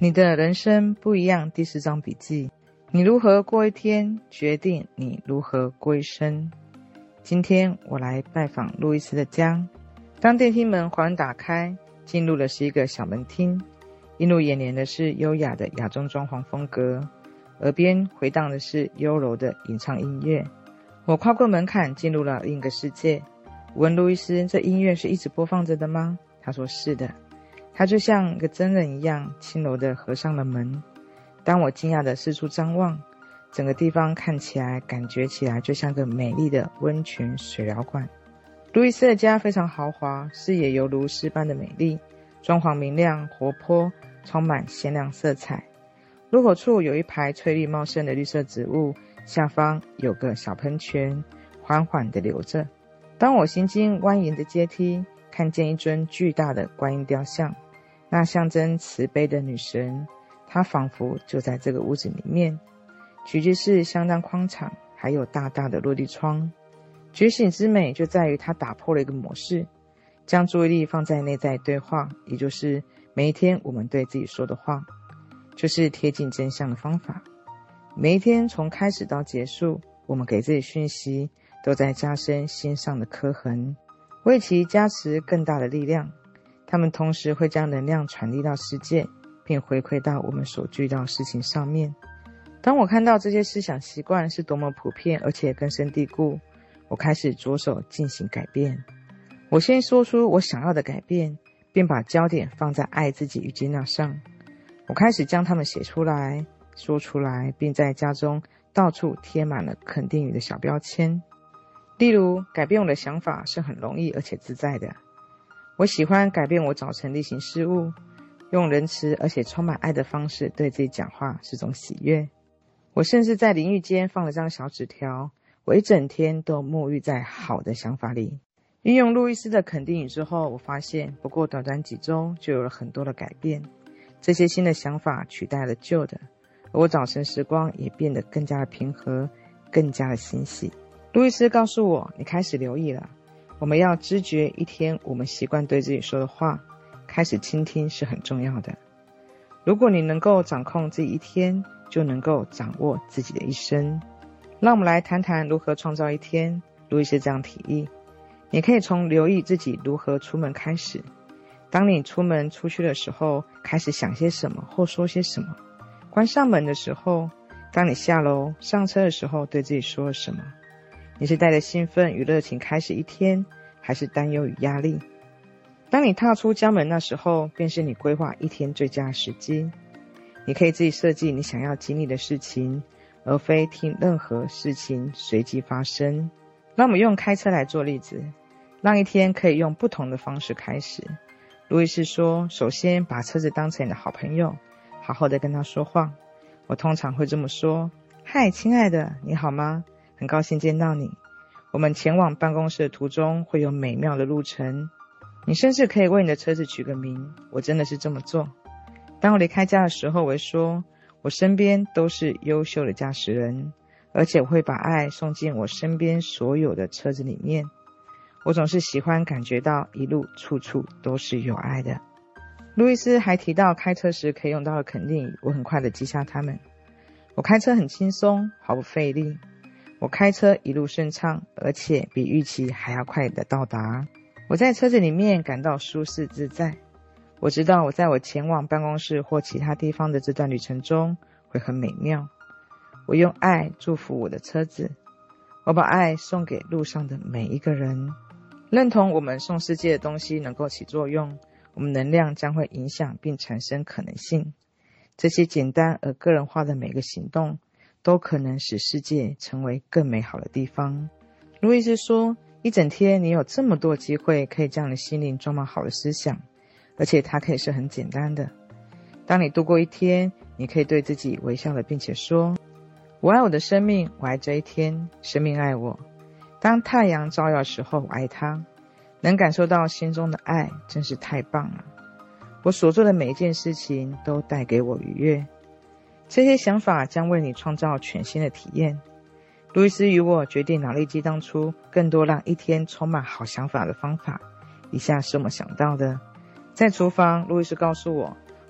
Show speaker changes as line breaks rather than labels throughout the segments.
你的人生不一样第4章笔记，你如何过一天，决定你如何过一生。今天我来拜访路易斯的家，当电梯门缓缓打开，进入的是一个小门厅，映入眼帘的是优雅的亚洲装潢风格，耳边回荡的是优柔的吟唱音乐。我跨过门槛，进入了另一个世界。我问路易斯，这音乐是一直播放着的吗？他说是的。他就像个真人一样，轻柔地合上了门。当我惊讶地四处张望，整个地方看起来、感觉起来就像个美丽的温泉水疗馆。路易斯的家非常豪华，视野犹如诗般的美丽，装潢明亮活泼，充满鲜亮色彩。入口处有一排翠绿茂盛的绿色植物，下方有个小喷泉，缓缓地流着。当我行经蜿蜒的阶梯，看见一尊巨大的观音雕像，那象征慈悲的女神，她仿佛就在这个屋子里面。曲居室相当宽敞，还有大大的落地窗。觉醒之美就在于它打破了一个模式，将注意力放在内在对话，也就是每一天我们对自己说的话，就是贴近真相的方法。每一天从开始到结束，我们给自己讯息都在加深心上的刻痕，为其加持更大的力量。它们同时会将能量传递到世界，并回馈到我们所遇到事情上面。当我看到这些思想习惯是多么普遍而且根深蒂固，我开始着手进行改变。我先说出我想要的改变，并把焦点放在爱自己与接纳上。我开始将它们写出来、说出来，并在家中到处贴满了肯定语的小标签。例如，改变我的想法是很容易而且自在的。我喜欢改变我早晨例行事务，用仁慈而且充满爱的方式对自己讲话是种喜悦。我甚至在淋浴间放了张小纸条，我一整天都沐浴在好的想法里。运用路易斯的肯定语之后，我发现不过短短几周就有了很多的改变。这些新的想法取代了旧的，而我早晨时光也变得更加的平和，更加的欣喜。路易斯告诉我，你开始留意了，我们要知觉一天我们习惯对自己说的话，开始倾听是很重要的。如果你能够掌控自己一天，就能够掌握自己的一生。让我们来谈谈如何创造一天。路易斯这样提议，你可以从留意自己如何出门开始。当你出门出去的时候，开始想些什么或说些什么。关上门的时候，当你下楼上车的时候，对自己说了什么。你是带着兴奋与热情开始一天，还是担忧与压力？当你踏出家门那时候，便是你规划一天最佳时机。你可以自己设计你想要经历的事情，而非听任何事情随机发生。让我们用开车来做例子，让一天可以用不同的方式开始。路易斯说，首先把车子当成你的好朋友，好好的跟他说话。我通常会这么说：嗨，亲爱的，你好吗？很高兴见到你。我们前往办公室的途中会有美妙的路程。你甚至可以为你的车子取个名，我真的是这么做。当我离开家的时候，我会说，我身边都是优秀的驾驶人，而且我会把爱送进我身边所有的车子里面。我总是喜欢感觉到一路处处都是有爱的。路易斯还提到开车时可以用到的肯定语，我很快的记下它们。我开车很轻松，毫不费力。我开车一路顺畅，而且比预期还要快的到达。我在车子里面感到舒适自在。我知道我在我前往办公室或其他地方的这段旅程中会很美妙。我用爱祝福我的车子。我把爱送给路上的每一个人。认同我们送世界的东西能够起作用，我们能量将会影响并产生可能性。这些简单而个人化的每个行动都可能使世界成为更美好的地方。路易斯说，一整天你有这么多机会可以将你心灵装满好的思想，而且它可以是很简单的。当你度过一天，你可以对自己微笑的，并且说，我爱我的生命，我爱这一天，生命爱我。当太阳照耀的时候，我爱它。能感受到心中的爱真是太棒了。我所做的每一件事情都带给我愉悦。这些想法将为你创造全新的体验。路易斯与我决定脑力激荡出更多让一天充满好想法的方法。以下是我们想到的。在厨房，路易斯告诉我，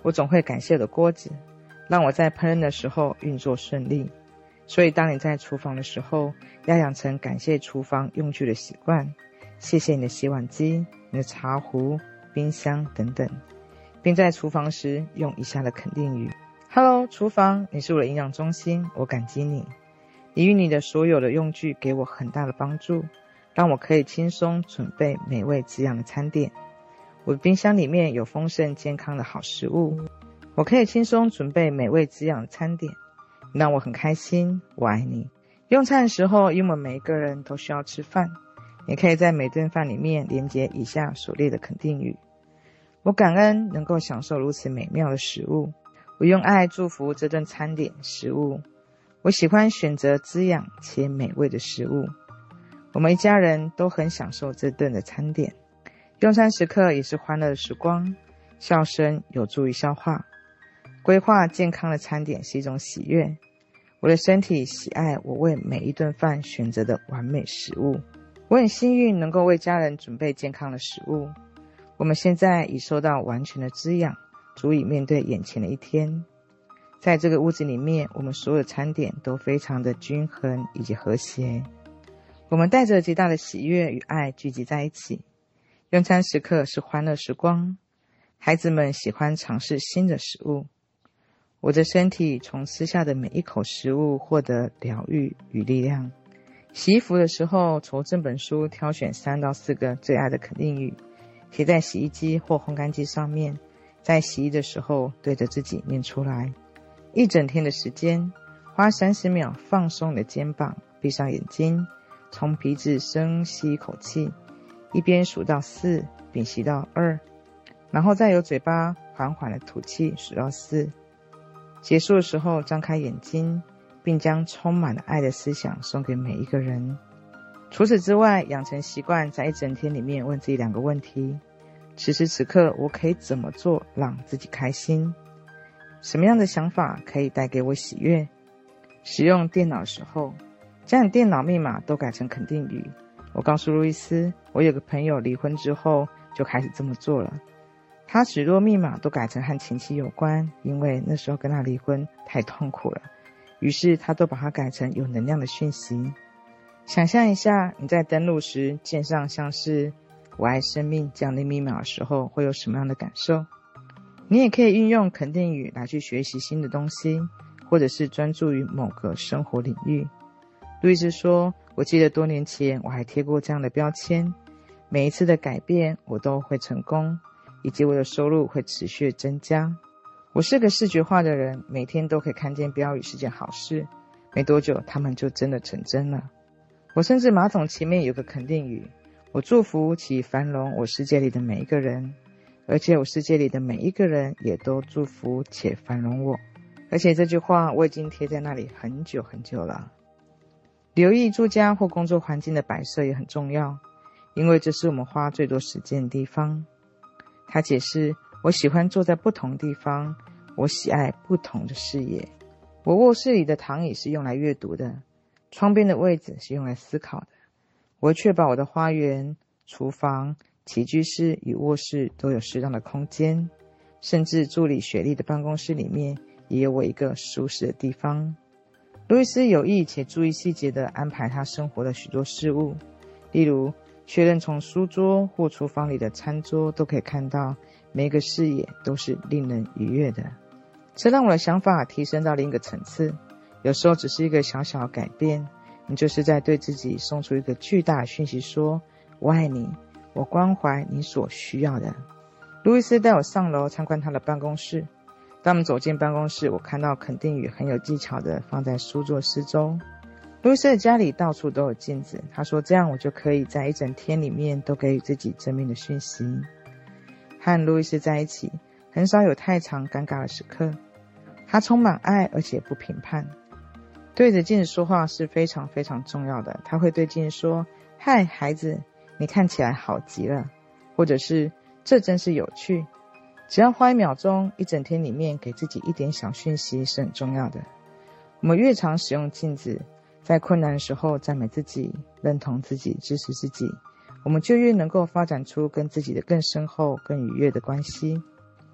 我总会感谢我的锅子，让我在烹饪的时候运作顺利。所以当你在厨房的时候，要养成感谢厨房用具的习惯，谢谢你的洗碗机、你的茶壶、冰箱等等，并在厨房时用以下的肯定语。Hello， 厨房，你是我的营养中心，我感激你。你与你的所有的用具给我很大的帮助，让我可以轻松准备美味滋养的餐点。我的冰箱里面有丰盛健康的好食物，我可以轻松准备美味滋养的餐点，让我很开心，我爱你。用餐的时候，因为我们每一个人都需要吃饭，你可以在每顿饭里面连结以下所列的肯定语。我感恩能够享受如此美妙的食物，我用爱祝福这顿餐点食物，我喜欢选择滋养且美味的食物，我们一家人都很享受这顿的餐点。用餐时刻也是欢乐的时光，笑声有助于消化。规划健康的餐点是一种喜悦，我的身体喜爱我为每一顿饭选择的完美食物。我很幸运能够为家人准备健康的食物，我们现在已受到完全的滋养，足以面对眼前的一天。在这个屋子里面，我们所有的餐点都非常的均衡以及和谐，我们带着极大的喜悦与爱聚集在一起。用餐时刻是欢乐时光，孩子们喜欢尝试新的食物。我的身体从吃下的每一口食物获得疗愈与力量。洗衣服的时候，从这本书挑选3到4个最爱的肯定语，贴在洗衣机或烘干机上面，在洗衣的时候对着自己念出来。一整天的时间，花30秒放松你的肩膀，闭上眼睛，从鼻子深吸一口气，一边数到4，屏息到2，然后再由嘴巴缓缓的吐气，数到4。结束的时候张开眼睛，并将充满了爱的思想送给每一个人。除此之外，养成习惯，在一整天里面问自己2个问题：此时此刻我可以怎么做让自己开心？什么样的想法可以带给我喜悦？使用电脑的时候，将你电脑密码都改成肯定语。我告诉路易斯，我有个朋友离婚之后就开始这么做了，他许多密码都改成和亲戚有关，因为那时候跟他离婚太痛苦了，于是他都把它改成有能量的讯息。想象一下，你在登录时键上像是我爱生命这样的密码的时候，会有什么样的感受？你也可以运用肯定语来去学习新的东西，或者是专注于某个生活领域。路易斯说，我记得多年前我还贴过这样的标签，每一次的改变我都会成功，以及我的收入会持续增加。我是个视觉化的人，每天都可以看见标语是件好事，没多久他们就真的成真了。我甚至马桶前面有个肯定语，我祝福其繁荣我世界里的每一个人，而且我世界里的每一个人也都祝福且繁荣我。而且这句话我已经贴在那里很久很久了。留意住家或工作环境的摆设也很重要，因为这是我们花最多时间的地方。他解释，我喜欢坐在不同地方，我喜爱不同的视野。我卧室里的躺椅是用来阅读的，窗边的位置是用来思考的。我会确保我的花园、厨房、起居室与卧室都有适当的空间，甚至助理雪莉的办公室里面也有我一个舒适的地方。路易斯有意且注意细节地安排他生活的许多事物，例如确认从书桌或厨房里的餐桌都可以看到每一个视野都是令人愉悦的。这让我的想法提升到另一个层次，有时候只是一个小小的改变，你就是在对自己送出一个巨大的讯息，说我爱你，我关怀你所需要的。路易斯带我上楼参观他的办公室，当我们走进办公室，我看到肯定语很有技巧的放在书桌四周。路易斯的家里到处都有镜子，他说这样我就可以在一整天里面都给予自己正面的讯息。和路易斯在一起，很少有太长尴尬的时刻，他充满爱而且不评判。对着镜子说话是非常非常重要的，他会对镜子说，嗨孩子，你看起来好极了，或者是这真是有趣。只要花1秒钟，一整天里面给自己一点小讯息是很重要的。我们越常使用镜子，在困难的时候赞美自己，认同自己，支持自己，我们就越能够发展出跟自己的更深厚更愉悦的关系。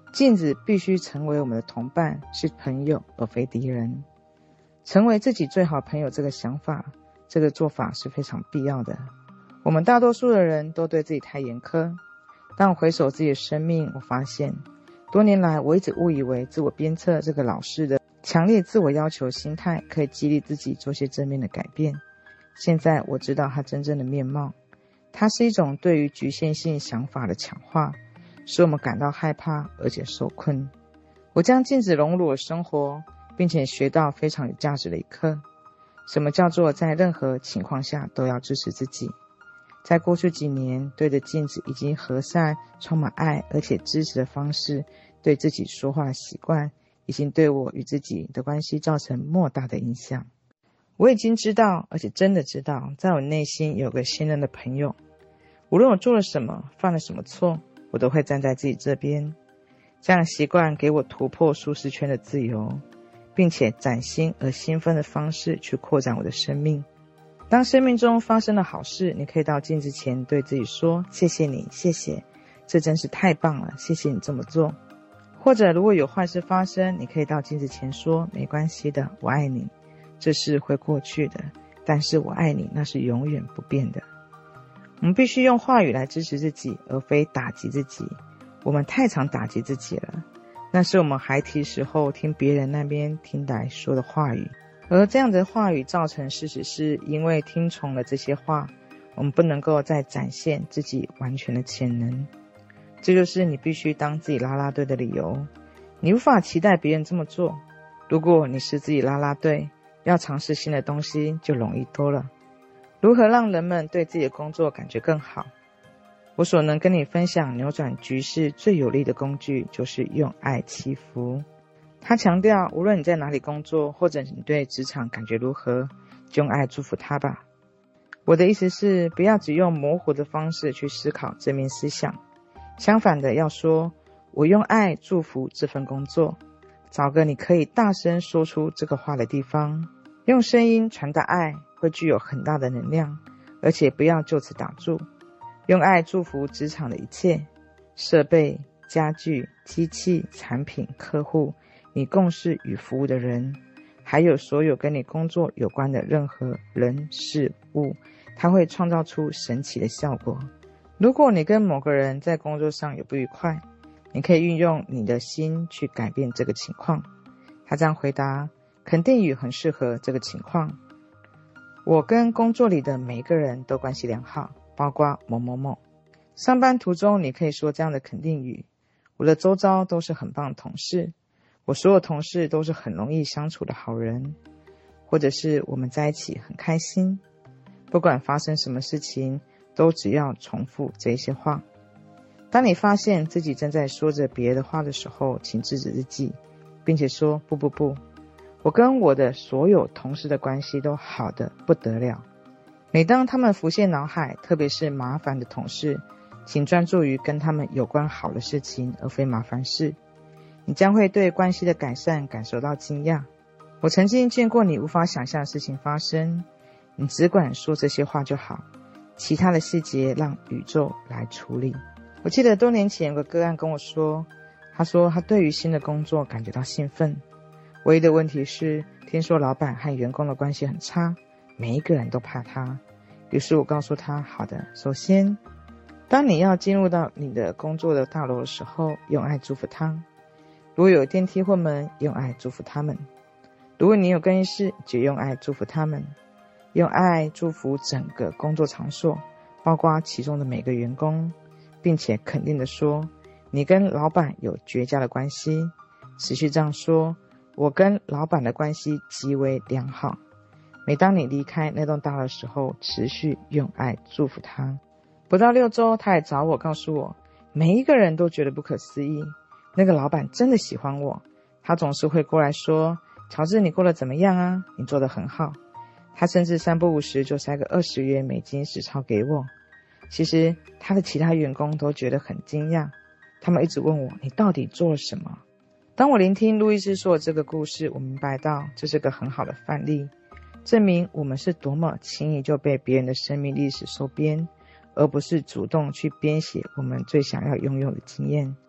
镜子必须成为我们的同伴，是朋友而非敌人。成为自己最好朋友这个想法，这个做法是非常必要的。我们大多数的人都对自己太严苛。当我回首自己的生命，我发现多年来我一直误以为自我鞭策这个老师的强烈自我要求心态可以激励自己做些正面的改变。现在我知道它真正的面貌，它是一种对于局限性想法的强化，使我们感到害怕而且受困。我将镜子融入我生活，并且学到非常有价值的一课。什么叫做在任何情况下都要支持自己？在过去几年，对着镜子以及和善、充满爱而且支持的方式对自己说话的习惯，已经对我与自己的关系造成莫大的影响。我已经知道，而且真的知道，在我内心有个信任的朋友，无论我做了什么，犯了什么错，我都会站在自己这边。这样的习惯给我突破舒适圈的自由，并且崭新而兴奋的方式去扩展我的生命。当生命中发生了好事，你可以到镜子前对自己说：谢谢你，谢谢，这真是太棒了，谢谢你这么做。或者如果有坏事发生，你可以到镜子前说：没关系的，我爱你，这事会过去的，但是我爱你，那是永远不变的。我们必须用话语来支持自己，而非打击自己。我们太常打击自己了，那是我们孩提时候听别人那边听来说的话语。而这样的话语造成事实是，因为听从了这些话，我们不能够再展现自己完全的潜能。这就是你必须当自己啦啦队的理由。你无法期待别人这么做。如果你是自己啦啦队，要尝试新的东西就容易多了。如何让人们对自己的工作感觉更好？我所能跟你分享扭转局势最有力的工具，就是用爱祈福。他强调，无论你在哪里工作，或者你对职场感觉如何，就用爱祝福他吧。我的意思是，不要只用模糊的方式去思考正面思想，相反的要说，我用爱祝福这份工作。找个你可以大声说出这个话的地方，用声音传达爱会具有很大的能量，而且不要就此打住。用爱祝福职场的一切，设备、家具、机器、产品、客户，你共事与服务的人，还有所有跟你工作有关的任何人事物，它会创造出神奇的效果。如果你跟某个人在工作上有不愉快，你可以运用你的心去改变这个情况。他这样回答，肯定语很适合这个情况。我跟工作里的每一个人都关系良好，包括某某某。上班途中你可以说这样的肯定语：我的周遭都是很棒的同事，我所有同事都是很容易相处的好人，或者是我们在一起很开心。不管发生什么事情，都只要重复这些话。当你发现自己正在说着别的话的时候，请制止自己，并且说：不，我跟我的所有同事的关系都好得不得了。每当他们浮现脑海，特别是麻烦的同事，请专注于跟他们有关好的事情，而非麻烦事。你将会对关系的改善感受到惊讶。我曾经见过你无法想象的事情发生，你只管说这些话就好，其他的细节让宇宙来处理。我记得多年前有个个案跟我说，他说他对于新的工作感觉到兴奋，唯一的问题是听说老板和员工的关系很差，每一个人都怕他。于是我告诉他，好的，首先当你要进入到你的工作的大楼的时候，用爱祝福他。如果有电梯或门，用爱祝福他们。如果你有更衣室，就用爱祝福他们。用爱祝福整个工作场所，包括其中的每个员工，并且肯定地说，你跟老板有绝佳的关系。持续这样说，我跟老板的关系极为良好。每当你离开那栋大楼的时候，持续用爱祝福他。不到6周，他也找我告诉我，每一个人都觉得不可思议，那个老板真的喜欢我。他总是会过来说，乔治，你过得怎么样啊？你做得很好。他甚至3不5时就塞个$20纸钞给我。其实他的其他员工都觉得很惊讶，他们一直问我，你到底做了什么？当我聆听路易斯说的这个故事，我明白到这是个很好的范例，证明我们是多么轻易就被别人的生命历史收编，而不是主动去编写我们最想要拥有的经验。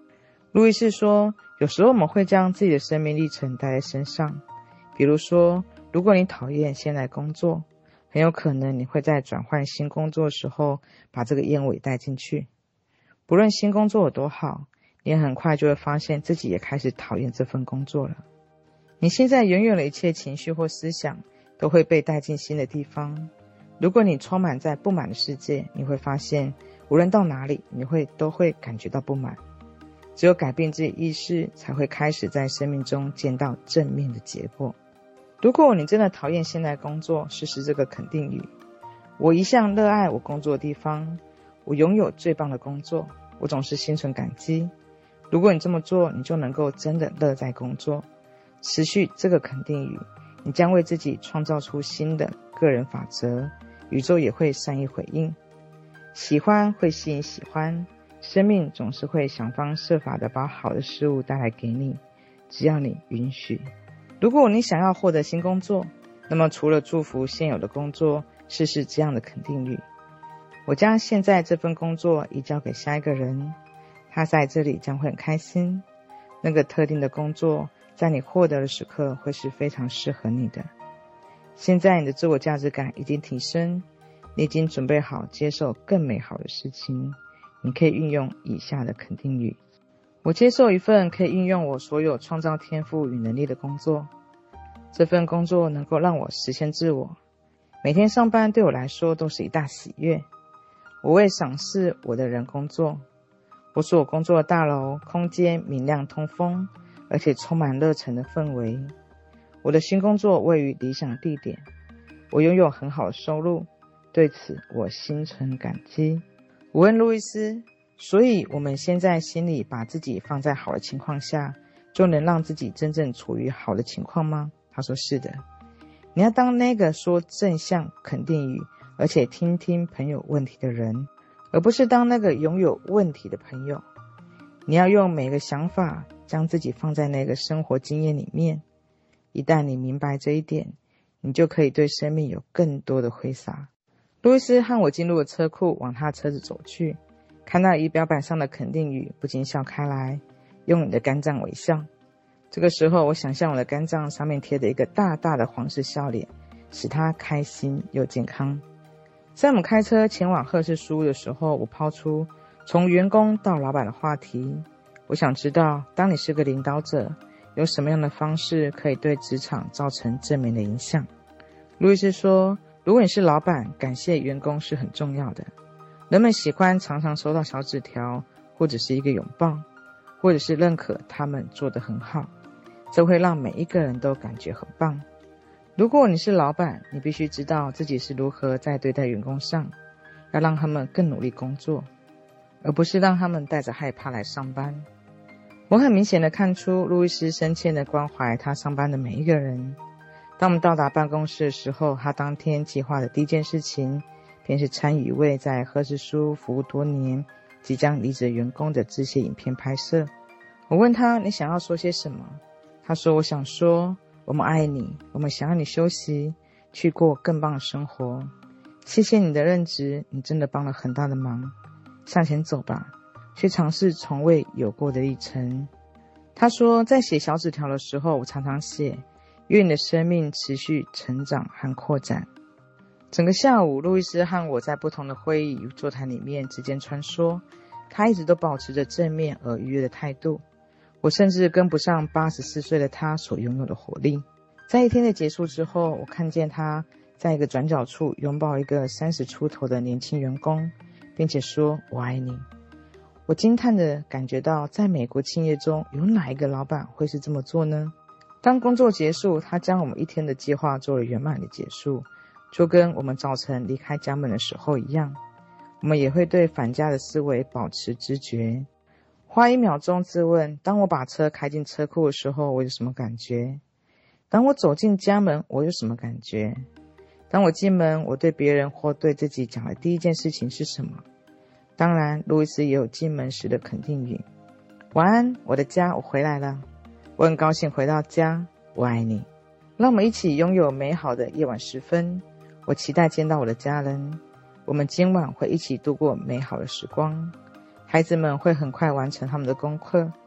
路易斯说，有时候我们会将自己的生命历程带在身上，比如说，如果你讨厌现在工作，很有可能你会在转换新工作的时候把这个烟味带进去。不论新工作有多好，你很快就会发现自己也开始讨厌这份工作了。你现在拥有的一切情绪或思想都会被带进新的地方。如果你充满在不满的世界，你会发现无论到哪里你都会感觉到不满。只有改变自己意识，才会开始在生命中见到正面的结果。如果你真的讨厌现在工作，试试这个肯定语：我一向热爱我工作的地方，我拥有最棒的工作，我总是心存感激。如果你这么做，你就能够真的乐在工作。持续这个肯定语，你将为自己创造出新的个人法则，宇宙也会善意回应。喜欢会吸引喜欢，生命总是会想方设法的把好的事物带来给你，只要你允许。如果你想要获得新工作，那么除了祝福现有的工作，试试这样的肯定语：我将现在这份工作移交给下一个人，他在这里将会很开心。那个特定的工作在你获得的时刻会是非常适合你的。现在你的自我价值感已经提升，你已经准备好接受更美好的事情。你可以运用以下的肯定语：我接受一份可以运用我所有创造天赋与能力的工作，这份工作能够让我实现自我。每天上班对我来说都是一大喜悦。我为赏识我的人工作。我所工作的大楼空间明亮通风，而且充满热忱的氛围。我的新工作位于理想地点。我拥有很好的收入，对此我心存感激。我问路易斯，所以我们现在心里把自己放在好的情况下，就能让自己真正处于好的情况吗？他说是的。你要当那个说正向肯定语，而且听听朋友问题的人，而不是当那个拥有问题的朋友。你要用每个想法将自己放在那个生活经验里面。一旦你明白这一点，你就可以对生命有更多的挥洒。路易斯和我进入了车库，往他车子走去，看到仪表板上的肯定语，不禁笑开来。用你的肝脏微笑。这个时候，我想象我的肝脏上面贴着一个大大的黄色笑脸，使它开心又健康。在我们开车前往赫氏书屋的时候，我抛出从员工到老板的话题。我想知道，当你是个领导者，有什么样的方式可以对职场造成正面的影响？路易斯说，如果你是老板，感谢员工是很重要的。人们喜欢常常收到小纸条，或者是一个拥抱，或者是认可他们做得很好，这会让每一个人都感觉很棒。如果你是老板，你必须知道自己是如何在对待员工上，要让他们更努力工作，而不是让他们带着害怕来上班。我很明显地看出路易斯深切地关怀他上班的每一个人。当我们到达办公室的时候，他当天计划的第一件事情便是参与一位在赫氏书屋服务多年即将离职的员工的致谢影片拍摄。我问他，你想要说些什么？他说，我想说，我们爱你，我们想要你休息，去过更棒的生活。谢谢你的任职，你真的帮了很大的忙。向前走吧，去尝试从未有过的历程。他说，在写小纸条的时候，我常常写，愿你的生命持续成长和扩展。整个下午，路易斯和我在不同的会议与座谈里面之间穿梭，他一直都保持着正面而愉悦的态度。我甚至跟不上84岁的他所拥有的活力。在一天的结束之后，我看见他在一个转角处拥抱一个30出头的年轻员工，并且说，我爱你。我惊叹地感觉到，在美国企业中有哪一个老板会是这么做呢？当工作结束，他将我们一天的计划做了圆满的结束，就跟我们早晨离开家门的时候一样。我们也会对返家的思维保持知觉。花1秒钟自问，当我把车开进车库的时候，我有什么感觉？当我走进家门，我有什么感觉？当我进门，我对别人或对自己讲的第一件事情是什么？当然，路易斯也有进门时的肯定语：晚安，我的家，我回来了。我很高兴回到家，我爱你。让我们一起拥有美好的夜晚时分。我期待见到我的家人。我们今晚会一起度过美好的时光。孩子们会很快完成他们的功课。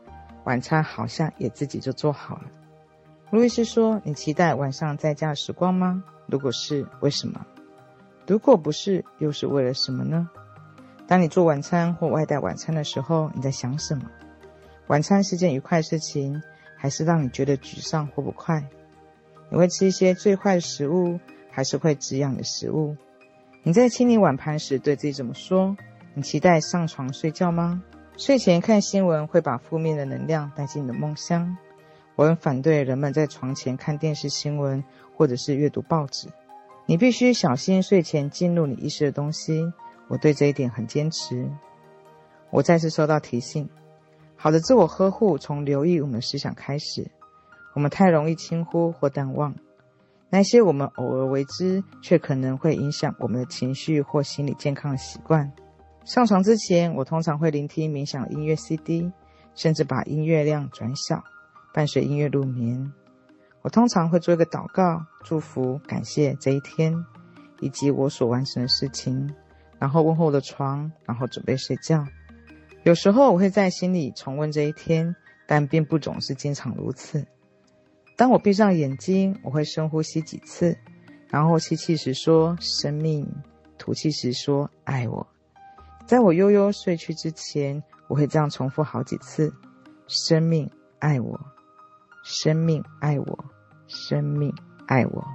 晚餐好像也自己就做好了。路易斯说，你期待晚上在家的时光吗？如果是，为什么？如果不是，又是为了什么呢？当你做晚餐或外带晚餐的时候，你在想什么？晚餐是件愉快的事情，还是让你觉得沮丧或不快？你会吃一些最坏的食物，还是会滋养的食物？你在清理碗盘时对自己怎么说？你期待上床睡觉吗？睡前看新闻会把负面的能量带进你的梦乡。我很反对人们在床前看电视新闻或者是阅读报纸。你必须小心睡前进入你意识的东西，我对这一点很坚持。我再次收到提醒，好的自我呵护从留意我们的思想开始。我们太容易轻忽或淡忘那些我们偶尔为之却可能会影响我们的情绪或心理健康的习惯。上床之前，我通常会聆听冥想音乐 CD， 甚至把音乐量转小，伴随音乐入眠。我通常会做一个祷告，祝福感谢这一天以及我所完成的事情，然后问候我的床，然后准备睡觉。有时候我会在心里重温这一天，但并不总是经常如此。当我闭上眼睛，我会深呼吸几次，然后吸气时说生命，吐气时说爱我。在我悠悠睡去之前，我会这样重复好几次，生命爱我，生命爱我，生命爱我。